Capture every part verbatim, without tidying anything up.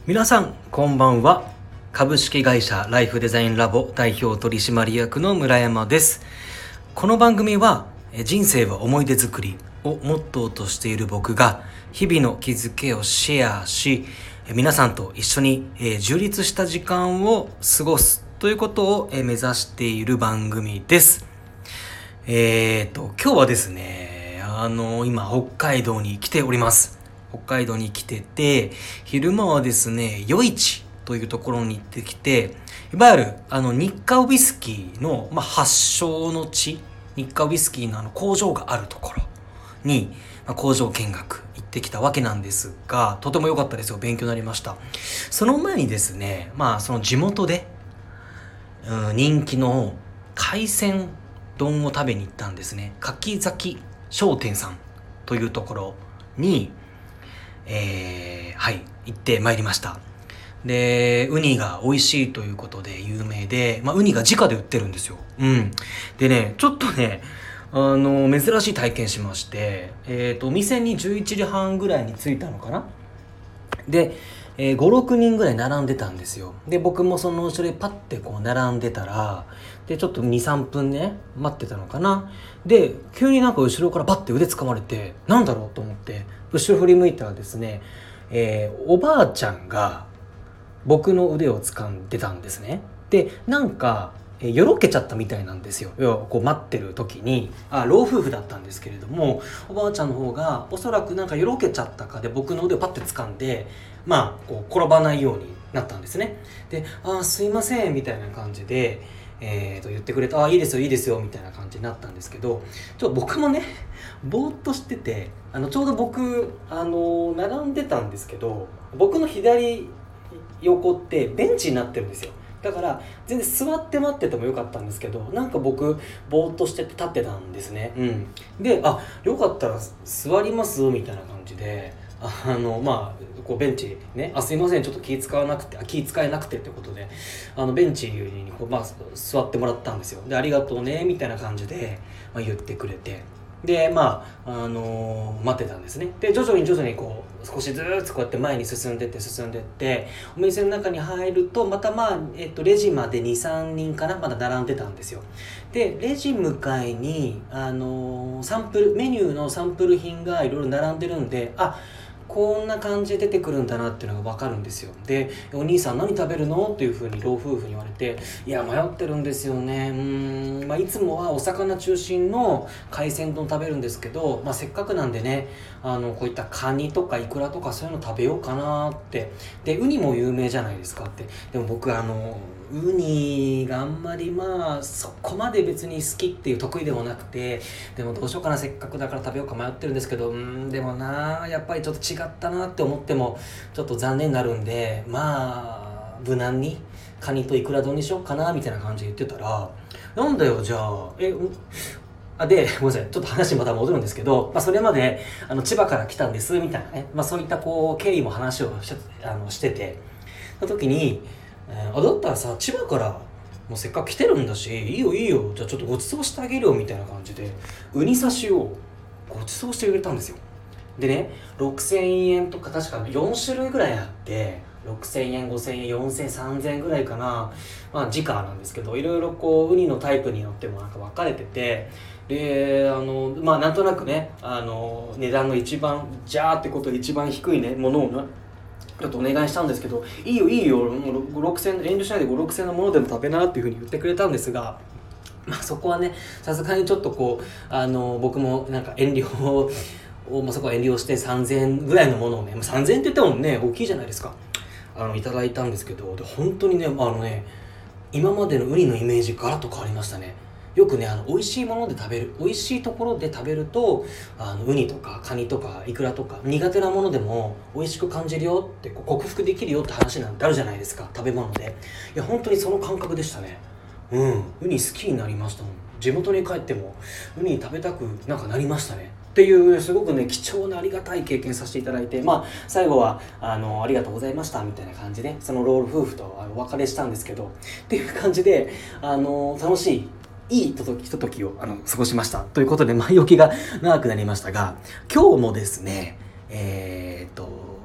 皆さんこんばんは。株式会社ライフデザインラボ代表取締役の村山です。この番組は人生は思い出作りをモットーとしている僕が日々の気づけをシェアし、皆さんと一緒に充実した時間を過ごすということを目指している番組です。えーと今日はですねあの今北海道に来ております。北海道に来てて、昼間はですね余市というところに行ってきて、いわゆるあの日課ウイスキーの、まあ、発祥の地、日課ウイスキーのあの工場があるところに、まあ、工場見学行ってきたわけなんですが、とても良かったですよ。勉強になりました。その前にですねまあその地元で、うん、人気の海鮮丼を食べに行ったんですね。柿崎商店さんというところにえー、はい行ってまいりました。でウニが美味しいということで有名で、まあ、ウニが直で売ってるんですよ。うんでねちょっとねあの珍しい体験しまして、えーとお店にじゅういちじはんぐらいに着いたのかな。で、えー、ごろくにんぐらい並んでたんですよ。で僕もその後ろでパッてこう並んでたら、でちょっと にさんぷんね待ってたのかな。で急になんか後ろからパッて腕掴まれて、なんだろうと思って後ろ振り向いたらですね、えー、おばあちゃんが僕の腕を掴んでたんですね。でなんかえーよろけちゃったみたいなんですよ。要はこう待ってる時に、あ老夫婦だったんですけれども、おばあちゃんの方がおそらくなんかよろけちゃったかで僕の腕をパッて掴んで、まあこう転ばないようになったんですね。であすいませんみたいな感じで、えー、と言ってくれた。あいいですよいいですよみたいな感じになったんですけど、ちょっと僕もねぼーっとしてて、あのちょうど僕あの並んでたんですけど、僕の左横ってベンチになってるんですよ。だから全然座って待っててもよかったんですけど、なんか僕ぼーっとしてて立ってたんですね。うんであよかったら座りますみたいな感じで、あのまあこうベンチね、あすいませんちょっと気使わなくてあ気使えなくてってことで、あのベンチにこう、まあ、座ってもらったんですよ。でありがとうねみたいな感じで、まあ、言ってくれて、でまああのー待ってたんですね。で徐々に徐々にこう少しずつこうやって前に進んでって進んでってお店の中に入ると、またまあ、えっと、レジまで にさんにんかなまだ並んでたんですよ。でレジ向かいに、あのーサンプルメニューのサンプル品がいろいろ並んでるんで、あこんな感じで出てくるんだなっていうのが分かるんですよ。でお兄さん何食べるのっていうふうに老夫婦に言われて、いや迷ってるんですよね、うーん、まあ、いつもはお魚中心の海鮮丼食べるんですけど、まあ、せっかくなんでねあのこういったカニとかイクラとかそういうの食べようかなって。でウニも有名じゃないですかって。でも僕あのウニがあんまりまあそこまで別に好きっていう得意でもなくて、でもどうしようかなせっかくだから食べようか迷ってるんですけど、うーんでもなやっぱりちょっと違ったなって思ってもちょっと残念になるんで、まあ無難にカニとイクラ丼にしようかなみたいな感じで言ってたら、なんだよじゃあえあでごめんなさいちょっと話また戻るんですけど、まあ、それまであの千葉から来たんですみたいなね、まあ、そういったこう経緯も話をしあのしてて、その時にえー、あだったらさ千葉からもうせっかく来てるんだしいいよいいよじゃあちょっとご馳走してあげるよみたいな感じでウニ刺しをご馳走してくれたんですよ。でねろくせんえんとか確かよん種類ぐらいあって、ろくせんえんごせんえんよんせんえんさんぜんえんぐらいかな、まあ時価なんですけど、いろいろこうウニのタイプによってもなんか分かれてて、であのまあなんとなくねあの値段の一番ジャーってことで一番低いねものをねちょっとお願いしたんですけど、いいよいいよご、ろくせん遠慮しないでご、ろくせんのものでも食べなっていうふうに言ってくれたんですが、まあそこはねさすがにちょっとこうあの僕もなんか遠慮をまあ、そこは遠慮してさんぜんえんぐらいのものをね、さんぜんえんって言ってもね大きいじゃないですか。あのいただいたんですけど、で本当にねあのね今までのウニのイメージガラッと変わりましたね。よくねあの美味しいもので食べる美味しいところで食べるとあのウニとかカニとかイクラとか苦手なものでも美味しく感じるよってこう克服できるよって話なんてあるじゃないですか、食べ物で。いや本当にその感覚でしたね。うんウニ好きになりましたもん。地元に帰ってもウニ食べたくなんかなりましたねっていう、すごくね貴重なありがたい経験させていただいて、まあ最後はあのありがとうございましたみたいな感じでその老夫婦とお別れしたんですけど、っていう感じであの楽しいいいひとときをあの過ごしましたということで、前置きが長くなりましたが、今日もですねえー、っと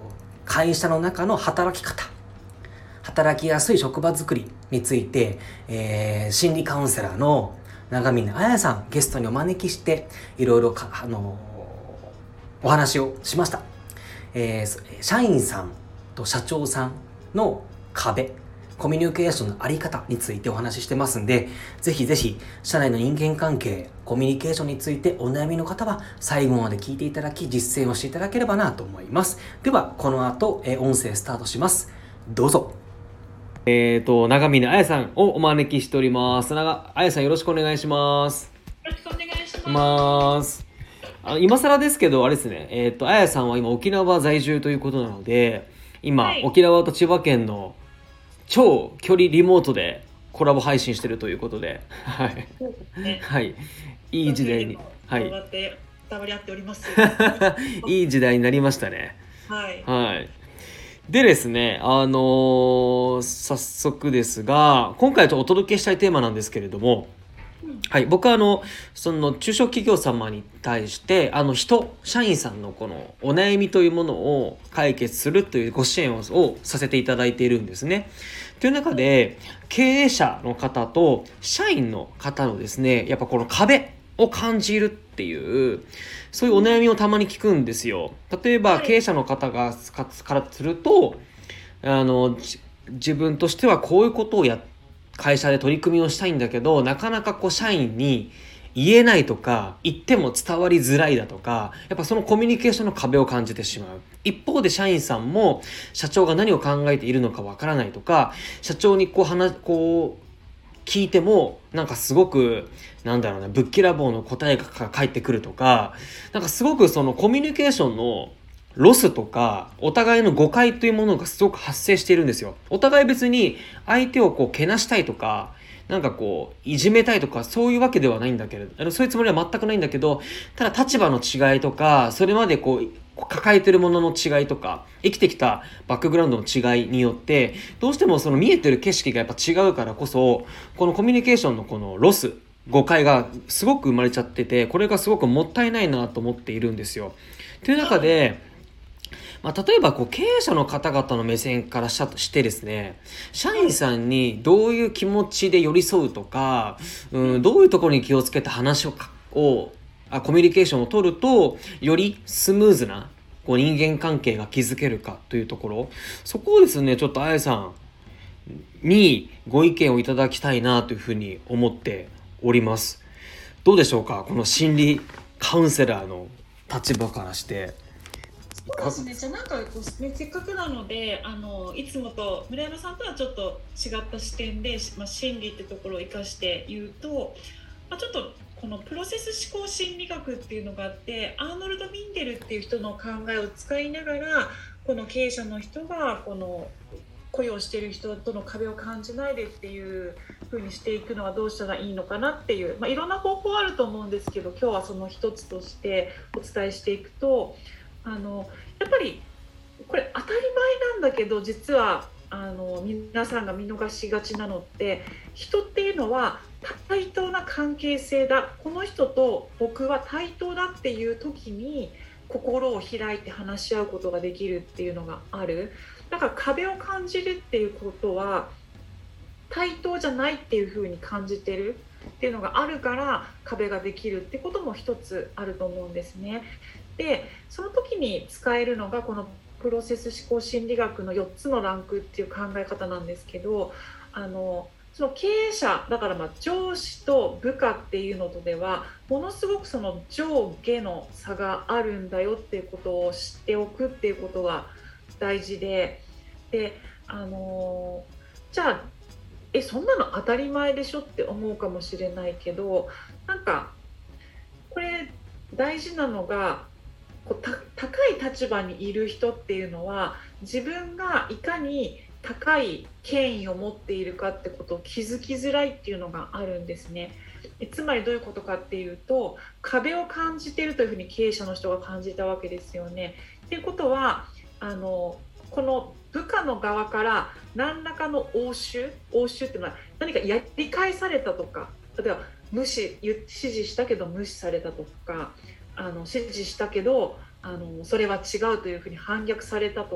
会社の中の働き方、働きやすい職場づくりについて、えー、心理カウンセラーの長峰彩さんゲストにお招きしていろいろあのー、お話をしました。えー、社員さんと社長さんの壁、コミュニケーションのあり方についてお話ししてますんで、ぜひぜひ社内の人間関係、コミュニケーションについてお悩みの方は最後まで聞いていただき実践をしていただければなと思います。ではこの後、えー、音声スタートします。どうぞ。えーと、長峰彩さんをお招きしております。長彩さんよろしくお願いします。 よろしくお願いします。 あの今更ですけどあれですね、えーと、彩さんは今沖縄在住ということなので、今、はい、沖縄と千葉県の超距離リモートでコラボ配信してるということで、はい、ね、はい、いい時代に、はい、 伝わり合っております。 いい時代になりましたね。 はい。 はい。でですね、あのー、早速ですが、今回お届けしたいテーマなんですけれども、うん、はい、僕はあのその中小企業様に対してあの人社員さんのこのお悩みというものを解決するというご支援ををさせていただいているんですね。という中で経営者の方と社員の方のですね、やっぱこの壁を感じるっていうそういうお悩みをたまに聞くんですよ。例えば経営者の方がからすると、あの自分としてはこういうことをや会社で取り組みをしたいんだけど、なかなかこう社員に言えないとか言っても伝わりづらいだとか、やっぱそのコミュニケーションの壁を感じてしまう。一方で社員さんも社長が何を考えているのかわからないとか、社長にこう話こう聞いてもなんかすごくなんだろうな、ぶっきらぼうの答えが返ってくるとか、なんかすごくそのコミュニケーションのロスとかお互いの誤解というものがすごく発生しているんですよ。お互い別に相手をこうけなしたいとか、なんかこういじめたいとかそういうわけではないんだけれど、あのそういうつもりは全くないんだけど、ただ立場の違いとか、それまでこう抱えてるものの違いとか、生きてきたバックグラウンドの違いによってどうしてもその見えてる景色がやっぱ違うからこそ、このコミュニケーションのこのロス、誤解がすごく生まれちゃってて、これがすごくもったいないなと思っているんですよ。という中で、まあ、例えばこう経営者の方々の目線からしたとしてですね、社員さんにどういう気持ちで寄り添うとか、うん、どういうところに気をつけて話ををあコミュニケーションを取るとよりスムーズなこう人間関係が築けるかというところ、そこをですねちょっとあやさんにご意見をいただきたいなというふうに思っております。どうでしょうか、この心理カウンセラーの立場からして。 そうですね、じゃあなんかこう、ね、せっかくなのであのいつもと村山さんとはちょっと違った視点で、まあ、心理ってところを生かして言うと、まあ、ちょっとこのプロセス思考心理学っていうのがあって、アーノルド・ミンデルっていう人の考えを使いながら、この経営者の人がこの雇用している人との壁を感じないでっていう風にしていくのはどうしたらいいのかなっていう、まあ、いろんな方法あると思うんですけど、今日はその一つとしてお伝えしていくと、あのやっぱりこれ当たり前なんだけど、実はあの皆さんが見逃しがちなのって、人っていうのは対等な関係性だ、この人と僕は対等だっていう時に心を開いて話し合うことができるっていうのがある。だから壁を感じるっていうことは対等じゃないっていう風に感じてるっていうのがあるから壁ができるってことも一つあると思うんですね。でその時に使えるのがこのプロセス思考心理学のよっつのランクっていう考え方なんですけど、あのその経営者だからまあ上司と部下っていうのとではものすごくその上下の差があるんだよっていうことを知っておくっていうことが大事で、であのじゃあえそんなの当たり前でしょって思うかもしれないけど、なんかこれ大事なのが、こうた高い立場にいる人っていうのは自分がいかに高い権威を持っているかってことを気づきづらいっていうのがあるんですね。えつまりどういうことかっていうと、壁を感じているというふうに経営者の人が感じたわけですよね。っていうことはあのこの部下の側から何らかの応酬応酬っていうのは何かやり返されたとか、例えば無視指示したけど無視されたとか、あの指示したけどあのそれは違うというふうに反逆されたとか、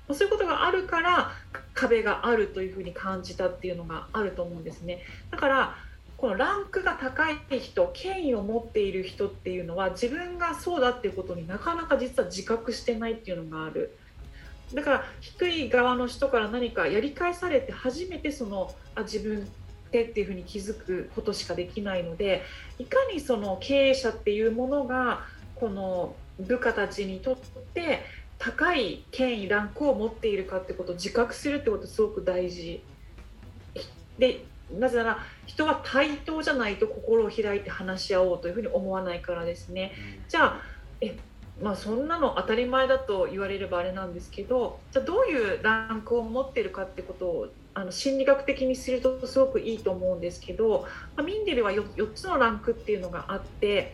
そういうことがあるから壁があるというふうに感じたっていうのがあると思うんですね。だからこのランクが高い人、権威を持っている人っていうのは自分がそうだっていうことになかなか実は自覚してないっていうのがある。だから低い側の人から何かやり返されて初めてそのあ自分でっていうふうに気づくことしかできないので、いかにその経営者っていうものがこの部下たちにとって高い権威ランクを持っているかってことを自覚するってことすごく大事で、なぜなら人は対等じゃないと心を開いて話し合おうというふうに思わないからですね。じゃあえまあ、そんなの当たり前だと言われればあれなんですけど、じゃあどういうランクを持っているかってことをあの心理学的にするとすごくいいと思うんですけど、まあ、ミンデルは 4, よっつのランクっていうのがあって、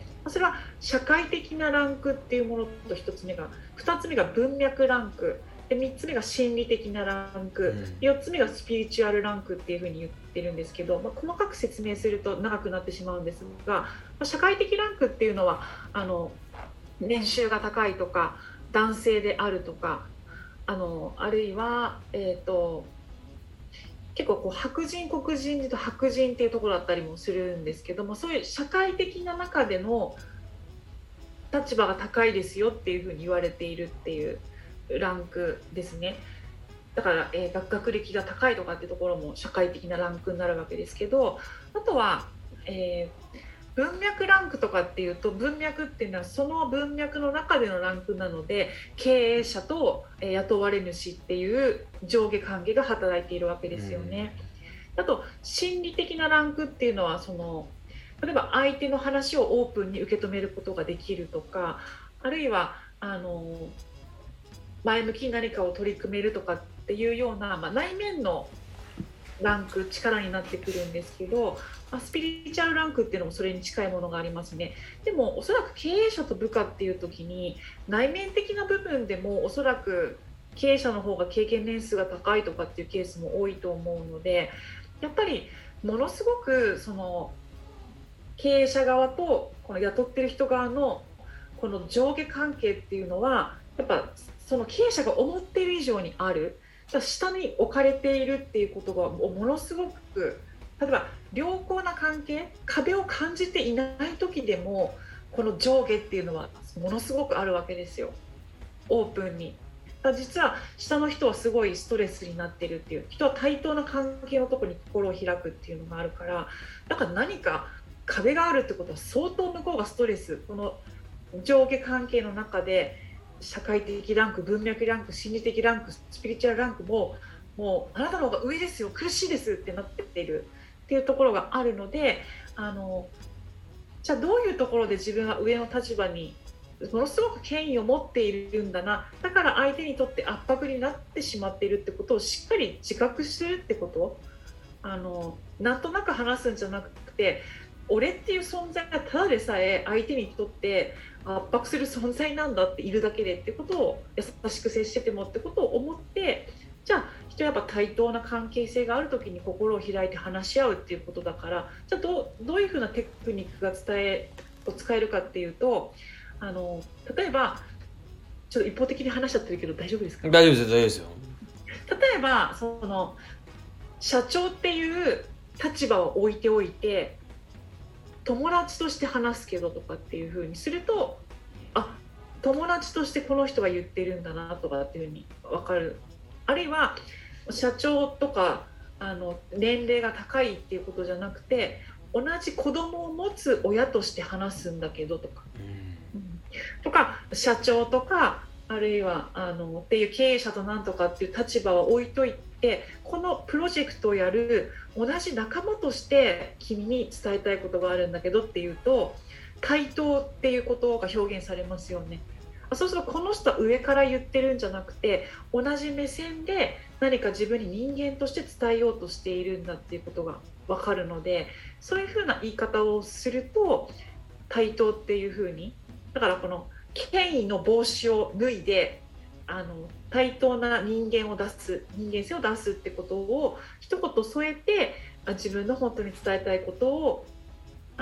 それは社会的なランクっていうものとひとつめが、ふたつめが文脈ランクで、みっつめが心理的なランク、よっつめがスピリチュアルランクっていうふうに言ってるんですけど、まあ、細かく説明すると長くなってしまうんですが、まあ、社会的ランクっていうのはあの年収が高いとか男性であるとか、あのあるいは、えー、と結構こう白人黒人と白人っていうところだったりもするんですけども、そういう社会的な中での立場が高いですよっていうふうに言われているっていうランクですね。だから、えー、学歴が高いとかっていうところも社会的なランクになるわけですけど、あとは、えー文脈ランクとかっていうと、文脈っていうのはその文脈の中でのランクなので、経営者と雇われ主っていう上下関係が働いているわけですよね。あと心理的なランクっていうのは、その例えば相手の話をオープンに受け止めることができるとか、あるいはあの前向きに何かを取り組めるとかっていうような、まあ、内面のランク、力になってくるんですけど、まあ、スピリチュアルランクっていうのもそれに近いものがありますね。でもおそらく経営者と部下っていう時に内面的な部分でもおそらく経営者の方が経験年数が高いとかっていうケースも多いと思うので、やっぱりものすごくその経営者側とこの雇ってる人側のこの上下関係っていうのはやっぱその経営者が思っている以上にある。下に置かれているっていうことがものすごく、例えば良好な関係、壁を感じていない時でもこの上下っていうのはものすごくあるわけですよ、オープンに。実は下の人はすごいストレスになってるっていう、人は対等な関係のところに心を開くっていうのがあるから、だから何か壁があるってことは相当向こうがストレス、この上下関係の中で社会的ランク、文脈ランク、心理的ランク、スピリチュアルランクももうあなたの方が上ですよ、苦しいですってなっているっていうところがあるので、あのじゃあどういうところで自分は上の立場にものすごく権威を持っているんだな、だから相手にとって圧迫になってしまっているってことをしっかり自覚するってこと、あのなんとなく話すんじゃなくて、俺っていう存在がただでさえ相手にとって圧迫する存在なんだっているだけでってことを、優しく接しててもってことを思って、じゃあ人はやっぱ対等な関係性があるときに心を開いて話し合うっていうことだから、じゃあ ど, どういうふうなテクニックが伝えを使えるかっていうと、あの例えばちょっと一方的に話しちゃってるけど大丈夫ですか？ 大丈夫です、大丈夫ですよ。 例えばその社長っていう立場を置いておいて、友達として話すけどとかっていう風にすると、あ、友達としてこの人が言ってるんだなとかっていう風に分かる。あるいは社長とかあの年齢が高いっていうことじゃなくて、同じ子供を持つ親として話すんだけどとか、うん、とか社長とかあるいはあのっていう経営者となんとかっていう立場は置いといて、このプロジェクトをやる同じ仲間として君に伝えたいことがあるんだけどっていうと、対等っていうことが表現されますよね。そうするとこの人は上から言ってるんじゃなくて、同じ目線で何か自分に人間として伝えようとしているんだっていうことが分かるので、そういうふうな言い方をすると対等っていうふうに、だからこの権威の帽子を脱いであの対等な人間を出す、人間性を出すってことを一言添えて、自分の本当に伝えたいことを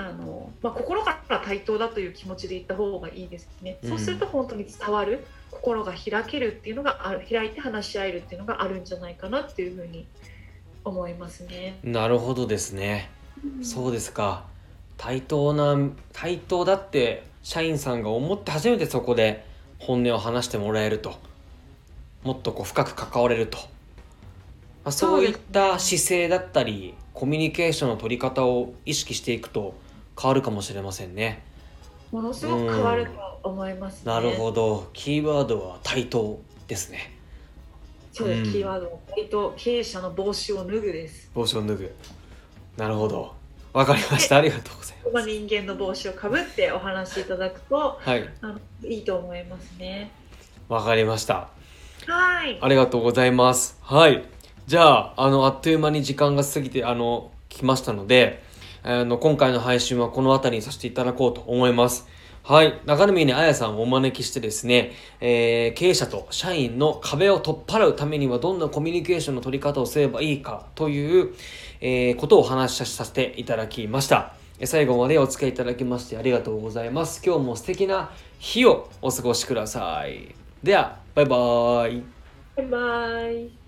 あの、まあ、心から対等だという気持ちでいった方がいいですね、 うん、 そうすると本当に伝わる、心が開けるっていうのがある、開いて話し合えるっていうのがあるんじゃないかなっていうふうに思いますね。 なるほどですね、 うん、 そうですか。対等な対等だって社員さんが思って初めてそこで本音を話してもらえると、もっとこう深く関われると、まあ、そういった姿勢だったりコミュニケーションの取り方を意識していくと変わるかもしれませんね。 ものすごく変わると思いますね。 なるほど、キーワードは対等ですね。 そうです、 うん、 キーワードは対等、経営者の帽子を脱ぐです。 帽子を脱ぐ。なるほど、わかりました。ありがとうございます。 人間の帽子をかぶってお話しいただくと、 はい、 あのいいと思いますね。 わかりました。 はい、 ありがとうございます。はい。じゃあ、あの、あっという間に時間が過ぎて、あの、来ましたので、あの、今回の配信はこの辺りにさせていただこうと思います。はい。中野にあやさんをお招きしてですね、えー、経営者と社員の壁を取っ払うためにはどんなコミュニケーションの取り方をすればいいかという、えー、ことをお話しさせていただきました。最後までお付き合いいただきましてありがとうございます。今日も素敵な日をお過ごしください。では、バイバーイ。 バイバイ。